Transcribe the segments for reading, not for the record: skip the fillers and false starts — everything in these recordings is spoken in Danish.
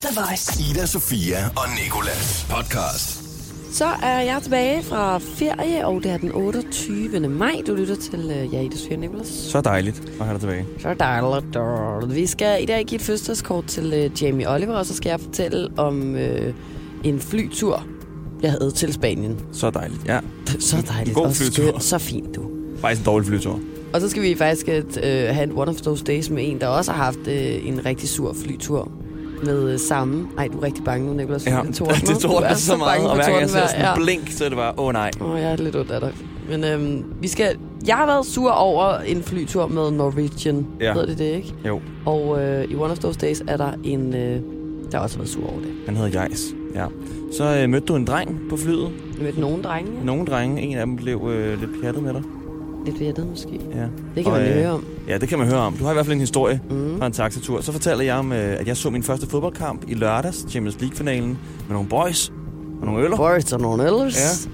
The Voice. Ida, Sofia og Nicolas podcast. Så er jeg tilbage fra ferie, og det er den 28. maj. Du lytter til Ida, Sofia og Nicolas. Så dejligt at have dig tilbage. Så dejligt. Vi skal i dag give et fødselsdagskort til Jamie Oliver, og så skal jeg fortælle om en flytur, jeg havde til Spanien. Så dejligt, ja. Så dejligt. God flytur. Så fint, du. Faktisk en dårlig flytur. Og så skal vi faktisk have en one of those days med en, der også har haft en rigtig sur flytur med samme. Ej, du er rigtig bange nu, Nicolas. Ja, det tordner så meget, og hver gang jeg ser sådan en blink, så er det bare, nej. Jeg er lidt ondt af dig. Men jeg har været sur over en flytur med Norwegian. Ja. Hedder det ikke? Jo. Og i one of those days er der en, der også har været sur over det. Han hedder Jais, ja. Så mødte du en dreng på flyet. Jeg mødte nogle drenge. Ja. Nogle drenge, en af dem blev lidt pjattet med dig. Lidt vettet måske. Ja. Det kan man høre om. Ja, det kan man høre om. Du har i hvert fald en historie fra en taxatur. Så fortæller jeg om, at jeg så min første fodboldkamp i lørdags, Champions League-finalen, med nogle boys og nogle øller. Boys og nogle øllers.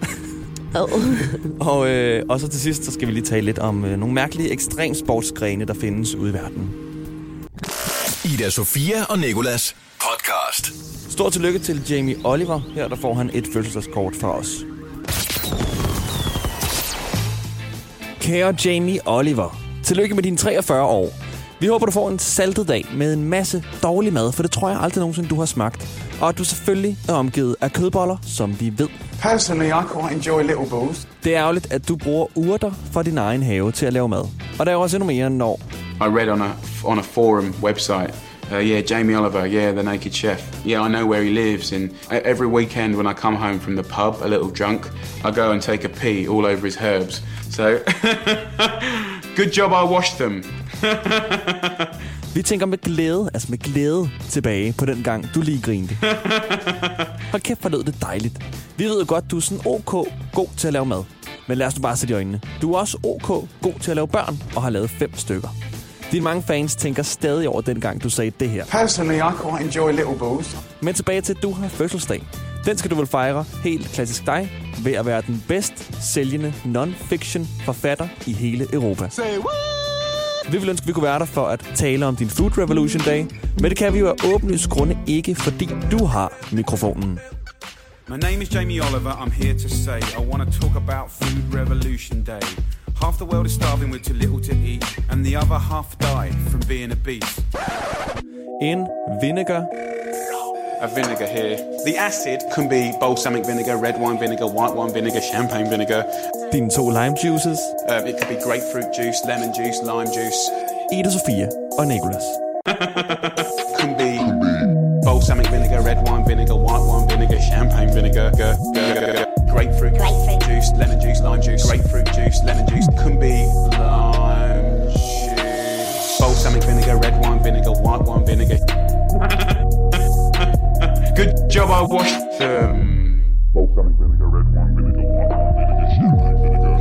Ja. Og så til sidst, så skal vi lige tale lidt om nogle mærkelige ekstremsportsgrene, der findes ude i verden. Ida, Sofia og Nicolas podcast. Stort tillykke til Jamie Oliver. Her der får han et fødselsdagskort fra os. Kære Jamie Oliver, tillykke med dine 43 år. Vi håber, du får en saltet dag med en masse dårlig mad, for det tror jeg aldrig nogensinde, du har smagt. Og at du selvfølgelig er omgivet af kødboller, som vi ved. Personally, I quite enjoy little balls. Det er ærgerligt, at du bruger urter fra din egen have til at lave mad. Og der er også endnu mere, når... I read on a forum website, Jamie Oliver, the naked chef. Yeah, I know where he lives. And every weekend when I come home from the pub, a little drunk, I go and take a pee all over his herbs. So, good job I washed them. Vi tænker med glæde tilbage på den gang, du lige grinte. Hold kæft, hvor lød det dejligt. Vi ved jo godt, du er sådan ok god til at lave mad. Men lad os nu bare sætte i øjnene. Du er også ok god til at lave børn og har lavet 5 stykker. Dine mange fans tænker stadig over den gang, du sagde det her. Personally, I quite enjoy little balls. Men tilbage til, at du har fødselsdag. Den skal du vel fejre helt klassisk dig ved at være den bedst sælgende non-fiction forfatter i hele Europa. Vi vil ønske, at vi kunne være der for at tale om din Food Revolution Day, men det kan vi jo af åbenlyse grunde ikke, fordi du har mikrofonen. My name is Jamie Oliver. I'm here to say I want to talk about Food Revolution Day. Half the world is starving with too little to eat, and the other half die from being obese. En vinegar. A vinegar here. The acid can be balsamic vinegar, red wine vinegar, white wine vinegar, champagne vinegar. Dine 2 lime juices. It could be grapefruit juice, lemon juice, lime juice. Ida, Sofia og Nicolas. Can be balsamic vinegar, red wine vinegar, white wine vinegar, champagne vinegar. Grapefruit juice, lemon juice, lime juice. Grapefruit juice, lemon juice. Can be lime juice. Balsamic vinegar, red wine vinegar, white wine vinegar. Good job I washed them. Balsamic vinegar, red wine vinegar, white wine vinegar, champagne vinegar.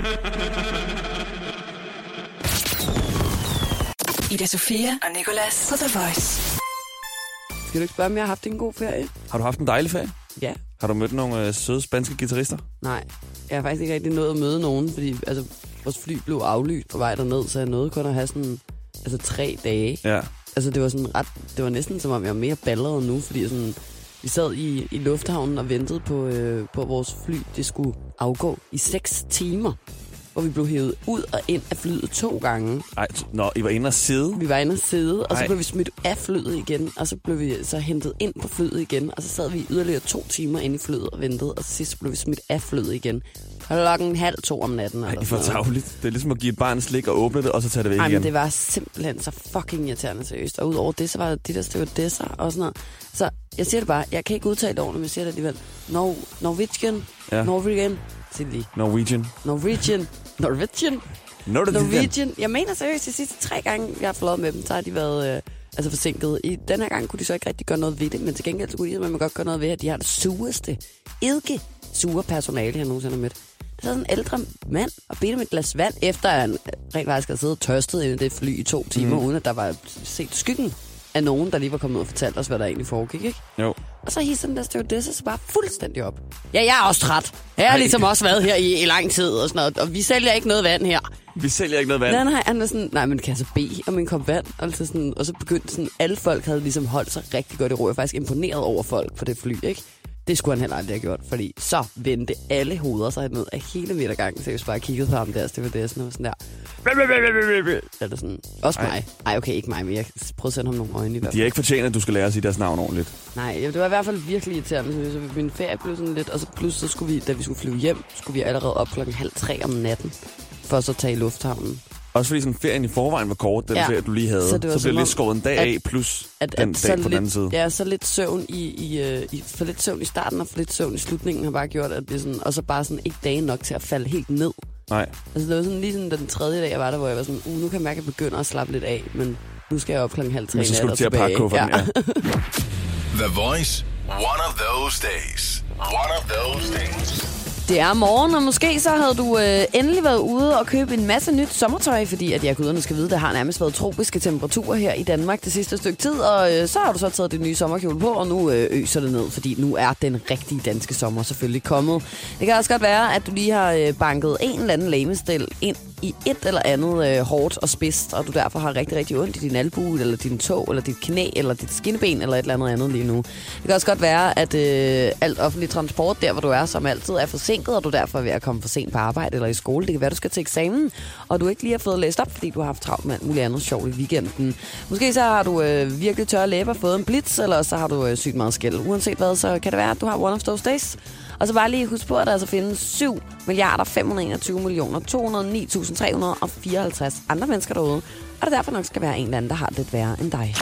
Ida, Sofia og Nicolas på The Voice. Skal du ikke spørge, om jeg har haft en god ferie? Har du haft en dejlig ferie? Ja. Har du mødt nogle søde spanske guitarister? Nej, jeg har faktisk ikke rigtig nået at møde nogen, fordi vores fly blev aflyst på vej derned, så jeg nåede kun at have sådan 3 dage. Ja. Altså det var næsten som om jeg var mere balleret nu, fordi sådan, vi sad i lufthavnen og ventede på vores fly. Det skulle afgå i 6 timer, hvor vi blev hævet ud og ind af flyet 2 gange. Ej, I var inde og sidde? Vi var inde og sidde, og så Ej. blev vi smidt af flyet igen, og så blev vi så hentet ind på flyet igen, og så sad vi yderligere 2 timer inde i flyet og ventede, og til sidst blev vi smidt af flyet igen. 1:30 om natten. Nej, det er for tavligt. Det er ligesom at give et barn slik og åbne det, og så tage det væk igen. Men det var simpelthen så fucking irriterende seriøst. Og udover det, så var det der stewardesser og sådan noget. Så jeg siger det bare, jeg kan ikke udtale det ordentligt, men jeg siger det alligevel. Norwegian. Ja. Norwegian. Sig lige. Norwegian. Jeg mener seriøst, de sidste 3 gange, jeg har fløjet med dem, så har de været forsinket. I den her gang kunne de så ikke rigtig gøre noget ved det, men til gengæld så kunne de simpelthen godt gøre noget ved, at de har det sureste, sure personale, jeg nogensinde har mødt. Der sad en ældre mand og bedte med et glas vand, efter han rent faktisk havde siddet og tørstet inde i det fly i 2 timer, uden at der var set skyggen af nogen, der lige var kommet ud og fortalt os, hvad der egentlig foregik, ikke? Jo. Og så hisser den der stewardesse så bare fuldstændig op. Ja, jeg er også træt. Jeg har ligesom også været her i lang tid og sådan noget, og vi sælger ikke noget vand her. Vi sælger ikke noget vand. Nej, han var sådan, nej, men kan jeg så bede om en kop vand? Altså sådan, og så begyndte sådan, alle folk havde ligesom holdt sig rigtig godt i ro. Jeg er faktisk imponeret over folk på det fly, ikke? Det skulle han heller aldrig have gjort, fordi så vendte alle hoveder sig ned af hele midtergangen, så jeg bare kiggede på ham der, stewardessen og sådan der. Eller sådan. Også mig. Ej, okay, ikke mig, men jeg prøvede at sende ham nogle øjne i hvert fald. De har ikke fortjent, at du skal lære at sige deres navn ordentligt. Nej, det var i hvert fald virkelig irriterende. Så min ferie blev sådan lidt, og så pludselig skulle vi, da vi skulle flyve hjem, skulle vi allerede op 2:30 om natten, for så at tage i lufthavnen. Også fordi sådan ferien i forvejen var kort, den ferie, du lige havde. Så blev lidt skåret en dag af, plus den dag på den anden side. Ja, så lidt søvn for lidt søvn i starten og for lidt søvn i slutningen har bare gjort, at det sådan, og så bare sådan ikke dage nok til at falde helt ned. Nej. Altså det var sådan lige sådan den tredje dag, jeg var der, hvor jeg var sådan, nu kan jeg mærke, at jeg begynder at slappe lidt af, men nu skal jeg op 2:30 men så skal du til at pakke kufferten, ja. The Voice. One of those days. One of those days. Det er morgen, og måske så havde du endelig været ude og købe en masse nyt sommertøj, fordi at jeg guderne skal vide, der har nærmest været tropiske temperaturer her i Danmark det sidste stykke tid, og så har du så taget det nye sommerkjole på, og nu øser det ned, fordi nu er den rigtige danske sommer selvfølgelig kommet. Det kan også godt være, at du lige har banket en eller anden lamestil ind i et eller andet hårdt og spidst, og du derfor har rigtig, rigtig ondt i din albue, eller din tå, eller dit knæ, eller dit skinneben, eller et eller andet lige nu. Det kan også godt være, at alt offentlig transport, der hvor du er, som altid er forsinket, og du derfor er ved at komme for sent på arbejde eller i skole. Det kan være, du skal til eksamen, og du ikke lige har fået læst op, fordi du har haft travlt med alt muligt andet sjovt i weekenden. Måske så har du virkelig tørre læber, fået en blitz, eller så har du sygt meget skæld. Uanset hvad, så kan det være, at du har one of those days. Og så bare lige husk på, at der altså findes 7.521.209.354 andre mennesker derude, og der derfor nok skal være en eller anden, der har det værre end dig.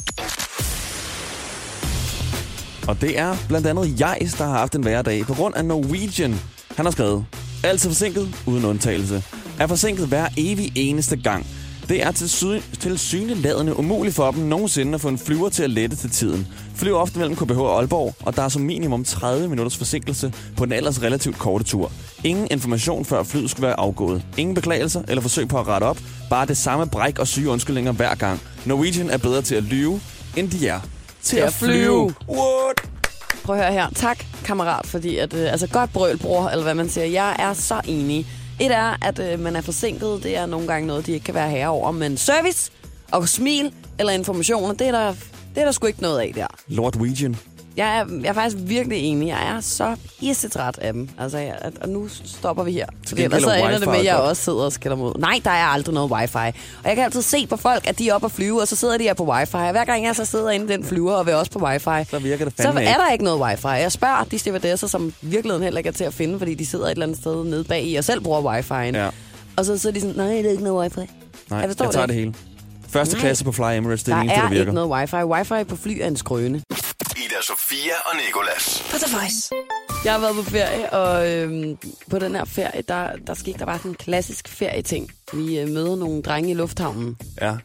Og det er blandt andet Jais, der har haft en værre dag på grund af Norwegian. Han har skrevet, altid forsinket, uden undtagelse. Er forsinket hver evig eneste gang. Det er tilsyneladende umuligt for dem nogensinde at få en flyver til at lette til tiden. Flyver ofte mellem KBH og Aalborg, og der er som minimum 30 minutters forsinkelse på den ellers relativt korte tur. Ingen information før flyet skulle være afgået. Ingen beklagelser eller forsøg på at rette op. Bare det samme bræk og syge undskyldninger hver gang. Norwegian er bedre til at lyve, end de er til at flyve. What? Prøv at høre her. Tak, kammerat, fordi at, altså godt brøl, bror, eller hvad man siger. Jeg er så enig. Et er, at man er forsinket. Det er nogle gange noget, de ikke kan være herre over. Men service og smil eller informationer, det er der sgu ikke noget af der. Lord Norwegian. Jeg er faktisk virkelig enig. Jeg er så pissetræt af dem. Altså, og nu stopper vi her. Fordi ellers så ender det med, at jeg også sidder og skælder mod. Nej, der er aldrig noget wifi. Og jeg kan altid se på folk, at de er oppe og flyve, og så sidder de her på wifi. Og hver gang jeg så sidder inde i den flyver og vil også på wifi, så virker det så er der ikke noget wifi. Jeg spørger de stewardesser, som virkeligheden heller ikke er til at finde, fordi de sidder et eller andet sted nede bag i og selv bruger wifi'en. Ja. Og så er de sådan, nej, det er ikke noget wifi. Nej, jeg tager det hele. Første klasse på Fly Emirates, det er det eneste, der virker. Der er ikke noget wifi. Wifi på fly er en skrøne. Ida Sofia og Nicolas. På The Voice. Jeg har været på ferie, og på den her ferie, der skete der bare sådan en klassisk ferieting. Vi møder nogle drenge i lufthavnen. Ja.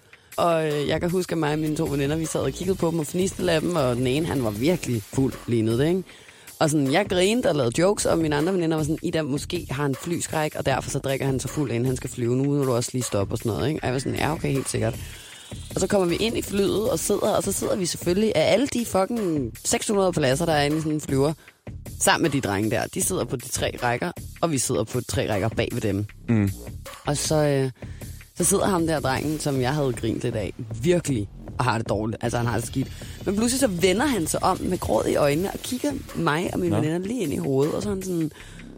Og jeg kan huske, at mig og mine 2 veninder, vi sad og kiggede på dem og fniste af dem, og den ene, han var virkelig fuld lignede det, ikke? Og sådan, jeg grinede og lavede jokes, og mine andre veninder var sådan, Ida måske har en flyskræk, og derfor så drikker han så fuld, inden han skal flyve. Nu må du også lige stoppe og sådan noget, ikke? Og jeg var sådan, ja, okay, helt sikkert. Og så kommer vi ind i flyet og så sidder vi selvfølgelig af alle de fucking 600 pladser, der er inde i sådan en flyver, sammen med de drenge der. De sidder på de 3 rækker, og vi sidder på 3 rækker bag ved dem. Mm. Og så sidder ham der drengen, som jeg havde grint lidt af, virkelig, og har det dårligt. Altså, han har det skidt. Men pludselig så vender han sig om med gråd i øjnene og kigger mig og mine veninder lige ind i hovedet, og så er han sådan,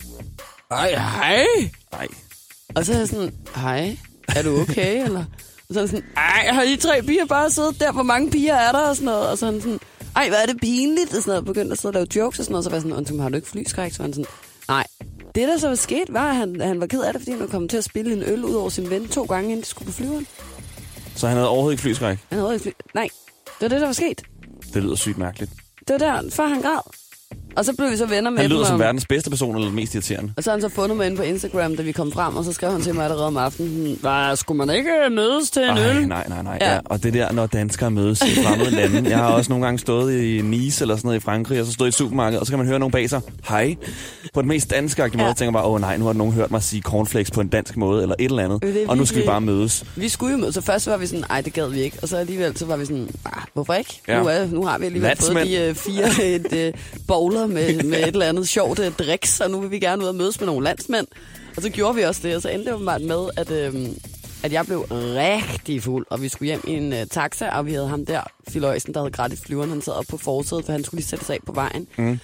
hej. Og så er jeg sådan, hej, er du okay, eller? Og så er han sådan, har I 3 piger bare siddet der? Hvor mange piger er der? Og sådan noget. Og så er han sådan, hvad er det pinligt? Og sådan noget. Begyndte at sidde og lave jokes og sådan noget. Så var jeg sådan, har du ikke flyskræk? Så var han sådan, nej. Det der så var sket, var, at han var ked af det, fordi han kom til at spille en øl ud over sin ven 2 gange, inden de skulle på flyveren. Så han havde overhovedet ikke flyskræk? Han havde overhovedet ikke nej, det var det, der var sket. Det lyder sygt mærkeligt. Det var der, før han græd. Og så blev vi så venner med Han lyder dem, som og- verdens bedste person, eller mest irriterende. Og så har han så fundet mig inde på Instagram, da vi kom frem, og så skrev han til mig allerede om aftenen, skulle man ikke mødes til en øl? Nej. Ja. Ja. Og det der, når danskere mødes i fremmede lande. Jeg har også nogle gange stået i Nice eller sådan noget i Frankrig, og så stået i et supermarked, og så kan man høre nogen bag sig, hej, på den mest danske måde, og tænker bare, nej, nu har nogen hørt mig sige cornflakes på en dansk måde, eller et eller andet, og nu skal vi bare mødes. Vi skulle jo mødes, så først var vi sådan, det gad vi ikke, og så alligevel så var vi sådan, hvorfor ikke? Ja. Nu har vi alligevel fået de 4 bowler med et eller andet sjovt driks, og nu vil vi gerne ud og mødes med nogle landsmænd. Og så gjorde vi også det, og så endte det jo meget med, at jeg blev rigtig fuld, og vi skulle hjem i en taxa, og vi havde ham der, Filøjsen, der havde gratis flyveren, han sad op på forsædet, for han skulle lige sætte sig af på vejen.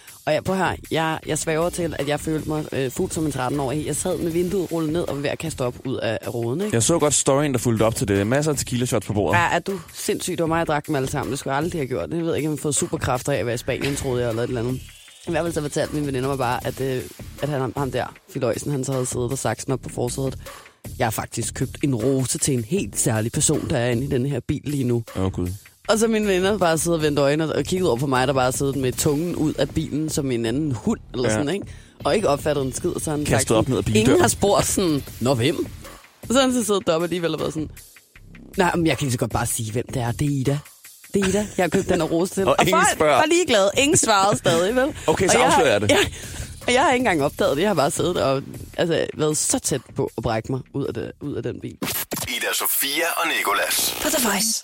Jeg svæver til, at jeg følte mig fuld som en 13-årig. Jeg sad med vinduet rullet ned og var ved at kaste op ud af roden, ikke? Jeg så godt storyen, der fulgte op til det. Masser af tequila shots på bordet. Ja, er du sindssygt? Det var mig, jeg drak dem alle sammen. Det skulle jeg aldrig have gjort. Jeg ved ikke, om jeg har fået superkræfter af at være i Spanien, troede jeg, eller et eller andet. I hvert fald så fortalte mine veninder mig bare, at ham der, Filøjsen, han så havde siddet og sagt sådan op på forsædet. Jeg har faktisk købt en rose til en helt særlig person, der er inde i den her bil lige nu. Gud. Og så mine venner bare sidder og vendte øjnene og kiggede over på mig, der bare siddet med tungen ud af bilen som en anden hund, eller sådan, ikke? Og ikke opfattet en skid, så han kastet op ned ad bildøren. Ingen har spurgt sådan, hvem? Og så har han så siddet deroppe alligevel og været sådan, nej, men jeg kan lige så godt bare sige, hvem det er. Det er Ida. Det er Ida. Jeg har købt den her rose til. Og ingen spørger. Var ligeglad. Ingen svarede stadig, vel? Okay, så afslører jeg det. Og jeg har ikke engang opdaget det. Jeg har bare siddet og været så tæt på at brække mig ud af den bil. Ida Sofia og Nicolas. På The Voice.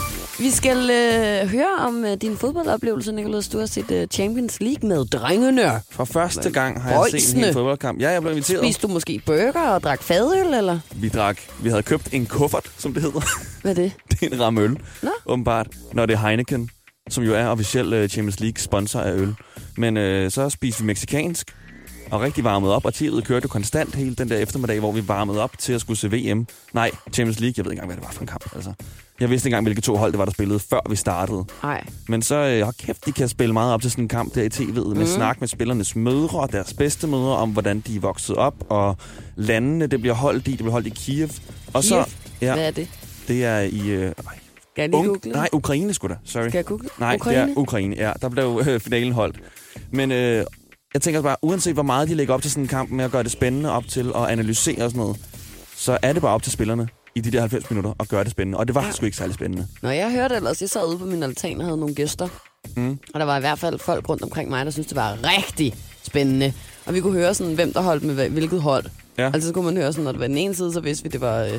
Vi skal høre om din fodboldoplevelse, Nicolas. Du har set Champions League med drengene. For første gang har jeg set en hel fodboldkamp. Ja, jeg blev inviteret. Spiste du måske burger og drak fadøl, eller? Vi havde købt en kuffert, som det hedder. Hvad er det? Det er en ramme øl, Nå? åbenbart. Når det er Heineken, som jo er officiel Champions League sponsor af øl. Men så spiste vi mexicansk og rigtig varmet op, og TV'et kørte konstant hele den der eftermiddag, hvor vi varmede op til at skulle se VM. Nej, Champions League, jeg ved ikke engang, hvad det var for en kamp. Altså. Jeg vidste ikke engang, hvilke 2 hold det var, der spillede, før vi startede. Nej. Men så, kæft, de kan spille meget op til sådan en kamp der i TV'et, med snak med spillernes mødre og deres bedstemødre om, hvordan de er vokset op, og landene, det bliver holdt i Kiev. Og Kiev? Ja, Hvad er det? det er i... Skal jeg lige google? Nej, Ukraine skulle da. Sorry. Skal jeg google? Nej, Ukraine? det er Ukraine. Ja, der blev finalen holdt. Men jeg tænker bare, uanset hvor meget de lægger op til sådan en kamp med at gøre det spændende op til at analysere og sådan noget, så er det bare op til spillerne i de der 90 minutter at gøre det spændende. Og det var sgu ikke særlig spændende. Nå, jeg hørte ellers, jeg sad ude på min altan og havde nogle gæster. Og der var i hvert fald folk rundt omkring mig, der syntes, det var rigtig spændende. Og vi kunne høre sådan, hvem der holdt med hvilket hold. Ja. Altså så kunne man høre sådan, når det var den ene side, så vidste vi, det var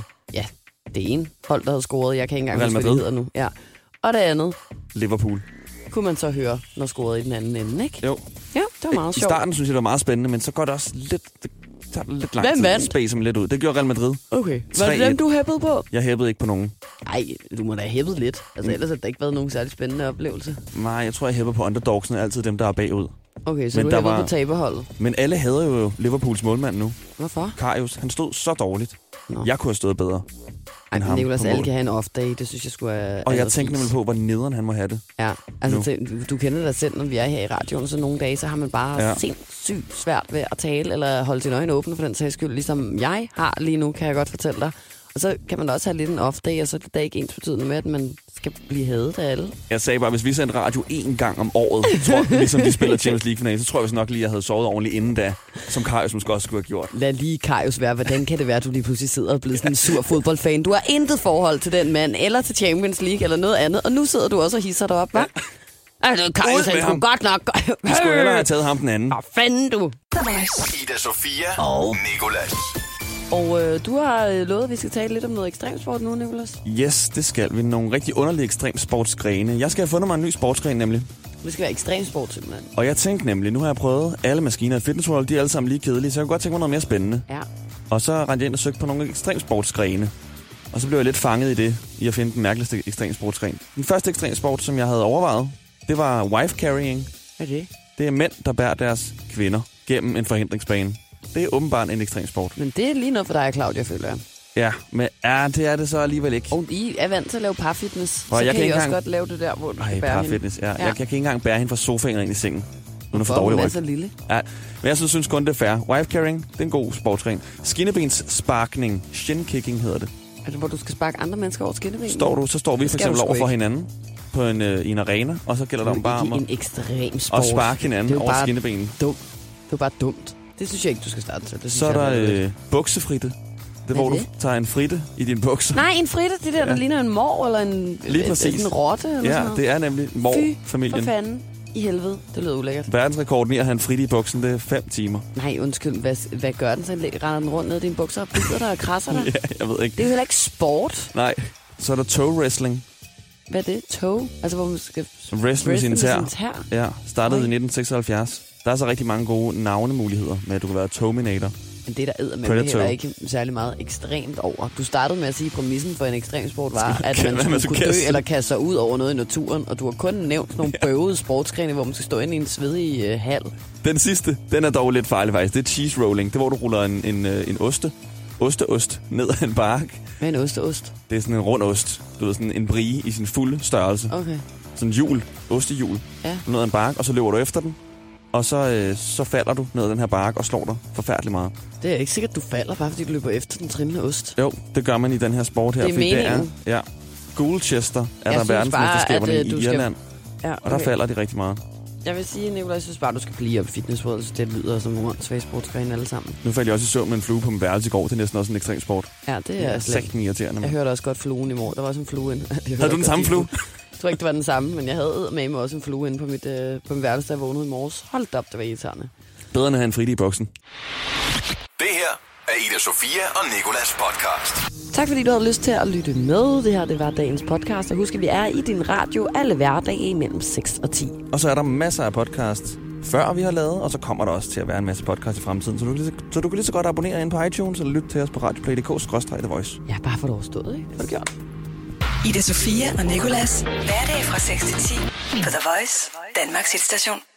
det ene hold, der havde scoret. Jeg kan ikke engang Real huske, hvad det Madrid. hedder nu. Ja. Og det andet Liverpool. kunne man så høre, når scoret i den anden ende, ikke? Jo. Ja, det var meget I sjovt. starten synes jeg, det var meget spændende, men så går det også lidt... Det tager lidt lang Hvem tid. vandt? Space dem lidt ud. Det gjorde Real Madrid. Okay. Var det 3-1. dem, du hæppede på? Jeg hæppede ikke på nogen. Nej, du må da have hæppet lidt. Altså ellers har det ikke været nogen særlig spændende oplevelse. Nej, jeg tror, jeg hæpper på underdogsene. Altid dem, der er bagud. Okay, så Men du der hæppede var- på taberholdet. Men alle hader jo Liverpools målmand nu. Hvorfor? Karius, han stod så dårligt. Nå. Jeg kunne have stået bedre. Ej, end ham Nicolas, på alle mål. kan have en off-day. Det synes jeg skulle være... Og jeg tænkte nemlig på, hvor nederen han må have det. Ja, altså nu. du kender dig selv, når vi er her i radioen, så nogle dage, så har man bare sindssygt svært ved at tale, eller holde sine øjne åbne for den sags skyld, ligesom jeg har lige nu, kan jeg godt fortælle dig. Og så kan man da også have lidt en off-day, og så er det da ikke ensbetydende med, at man skal blive hadet af alle. Jeg sagde bare, hvis vi sendte radio 1 gang om året, tror, ligesom de spiller Champions League-finale, så tror jeg nok lige, at jeg havde sovet ordentligt inden da, som Karius måske også skulle have gjort. Lad lige Karius være. Hvordan kan det være, at du lige pludselig sidder og er blevet sådan en sur fodboldfan? Du har intet forhold til den mand, eller til Champions League, eller noget andet, og nu sidder du også og hisser dig op, hva'? Altså, Karius, han skulle godt nok... Vi skulle hellere have taget ham den anden. Hvor fanden du? The Voice. Ida Sofia og Nicolas. Og du har lovet, at vi skal tale lidt om noget ekstremsport nu, Nicolas. Yes, det skal vi. Nogle rigtig underlige ekstremsportsgrene. Jeg skal have fundet mig en ny sportsgren nemlig. Det skal være ekstremsport, simpelthen. Og jeg tænkte nemlig, nu har jeg prøvet alle maskiner i Fitness World, de er alle sammen lige kedelige, så jeg kunne godt tænke mig noget mere spændende. Ja. Og så rendte jeg ind og søgte på nogle ekstremsportsgrene. Og så blev jeg lidt fanget i det, i at finde den mærkeligste ekstremsportsgren. Den første ekstremsport, som jeg havde overvejet, det var wife carrying. Hvad er det? Det er mænd, der bærer deres kvinder gennem en forhindringsbane. Det er åbenbart en ekstremsport. Men det er lige noget for dig, Claudia, føler jeg. Ja, men det er det så alligevel ikke. Og I er vant til at lave parfitness, Og så jeg kan kan I ikke også engang- godt lave det der, hvor du Ej, skal bære hende. parfitness, ja. Ja. Jeg kan ikke engang bære hende fra sofaen og ind i sengen. Hun er for For dårlig hun er ryg. så lille. Ja, men jeg synes kun, det er fair. Wife carrying, det er en god sportsgren. Skinnebens sparkning, shin kicking hedder det. Altså, hvor du skal sparke andre mennesker over skinnebenet. Så står vi for skal du eksempel sgu over for ikke. hinanden. på i en arena, og så gælder det om bare om en ekstrem sport. at sparke hinanden over skinnebenen. Det er bare dumt. Det synes jeg ikke, du skal starte til. Det så er der buksefritte. Det er, hvor du tager en fritte i dine bukser. Nej, en fritte, det der ligner en mor eller en rotte eller sådan noget. Det er nemlig mor-familien. Fy for fanden. I helvede, det lyder ulækkert. Verdensrekorden i at have en fritte i buksen, det er 5 timer. Nej, undskyld, hvad gør den så? Render den rundt ned i dine bukser og bider dig og krasser dig? Ja, jeg ved ikke. Det er jo heller ikke sport. Nej, så er der toe wrestling. Hvad er det? Toe? Altså, hvor man skal wrestle med sine tær. Ja, startede i 1976. Der er så rigtig mange gode navnemuligheder med, at du kan være Tominator. Men det der eddermame heller ikke særlig meget ekstremt over. Du startede med at sige, at præmissen for en ekstremsport var, at man skulle dø eller kaste sig ud over noget i naturen. Og du har kun nævnt nogle bøvede sportsgrene, hvor man skal stå ind i en svedig hal. Den sidste, den er dog lidt farlig faktisk. Det er cheese rolling. Det er, hvor du ruller en osteost ned ad en bark. Hvad er en osteost? Det er sådan en rund ost. Du ved, sådan en brie i sin fulde størrelse. Okay. Sådan en hjul, ostehjul. Ja. Ned ad en bark, og så løber du efter den. Og så falder du ned ad den her bark og slår dig forfærdeligt meget. Det er ikke sikkert, du falder, bare fordi du løber efter den trillende ost. Jo, det gør man i den her sport her. Det er meningen. Ja. Goulchester er der verdensmesterskaberne i Irland. Ja, okay. Og der falder de rigtig meget. Jeg vil sige, Nicolaj, jeg synes bare, du skal blive op i fitnessrådet, så det lyder som nogle åndssvage sportsgrene alle sammen. Nu faldt jeg også i søvn med en flue på min værelse i går. Det er næsten også en ekstrem sport. Ja, det er slet irriterende. Jeg hørte også godt fluen i morgen. Der var også en flue inde. Havde du den samme flue? Jeg tror ikke, det var den samme, men jeg havde med mig også en flue inde på min værelse, da jeg vågnede i morges. Hold op, det var irriterende. Bedre end at have en fritte i boksen. Det her er Ida Sofia og Nicolas podcast. Tak fordi du havde lyst til at lytte med. Det her, det var dagens podcast. Og husk, at vi er i din radio alle hverdage mellem 6 og 10. Og så er der masser af podcasts, før vi har lavet, og så kommer der også til at være en masse podcast i fremtiden. Så du kan lige så godt abonnere ind på iTunes, eller lytte til os på radioplay.dk/The Voice. Ja, bare for det overstået, ikke? Det er gjort. Ida Sofia og Nicolas. Hverdag fra 6 til 10 på The Voice, Danmarks hitstation.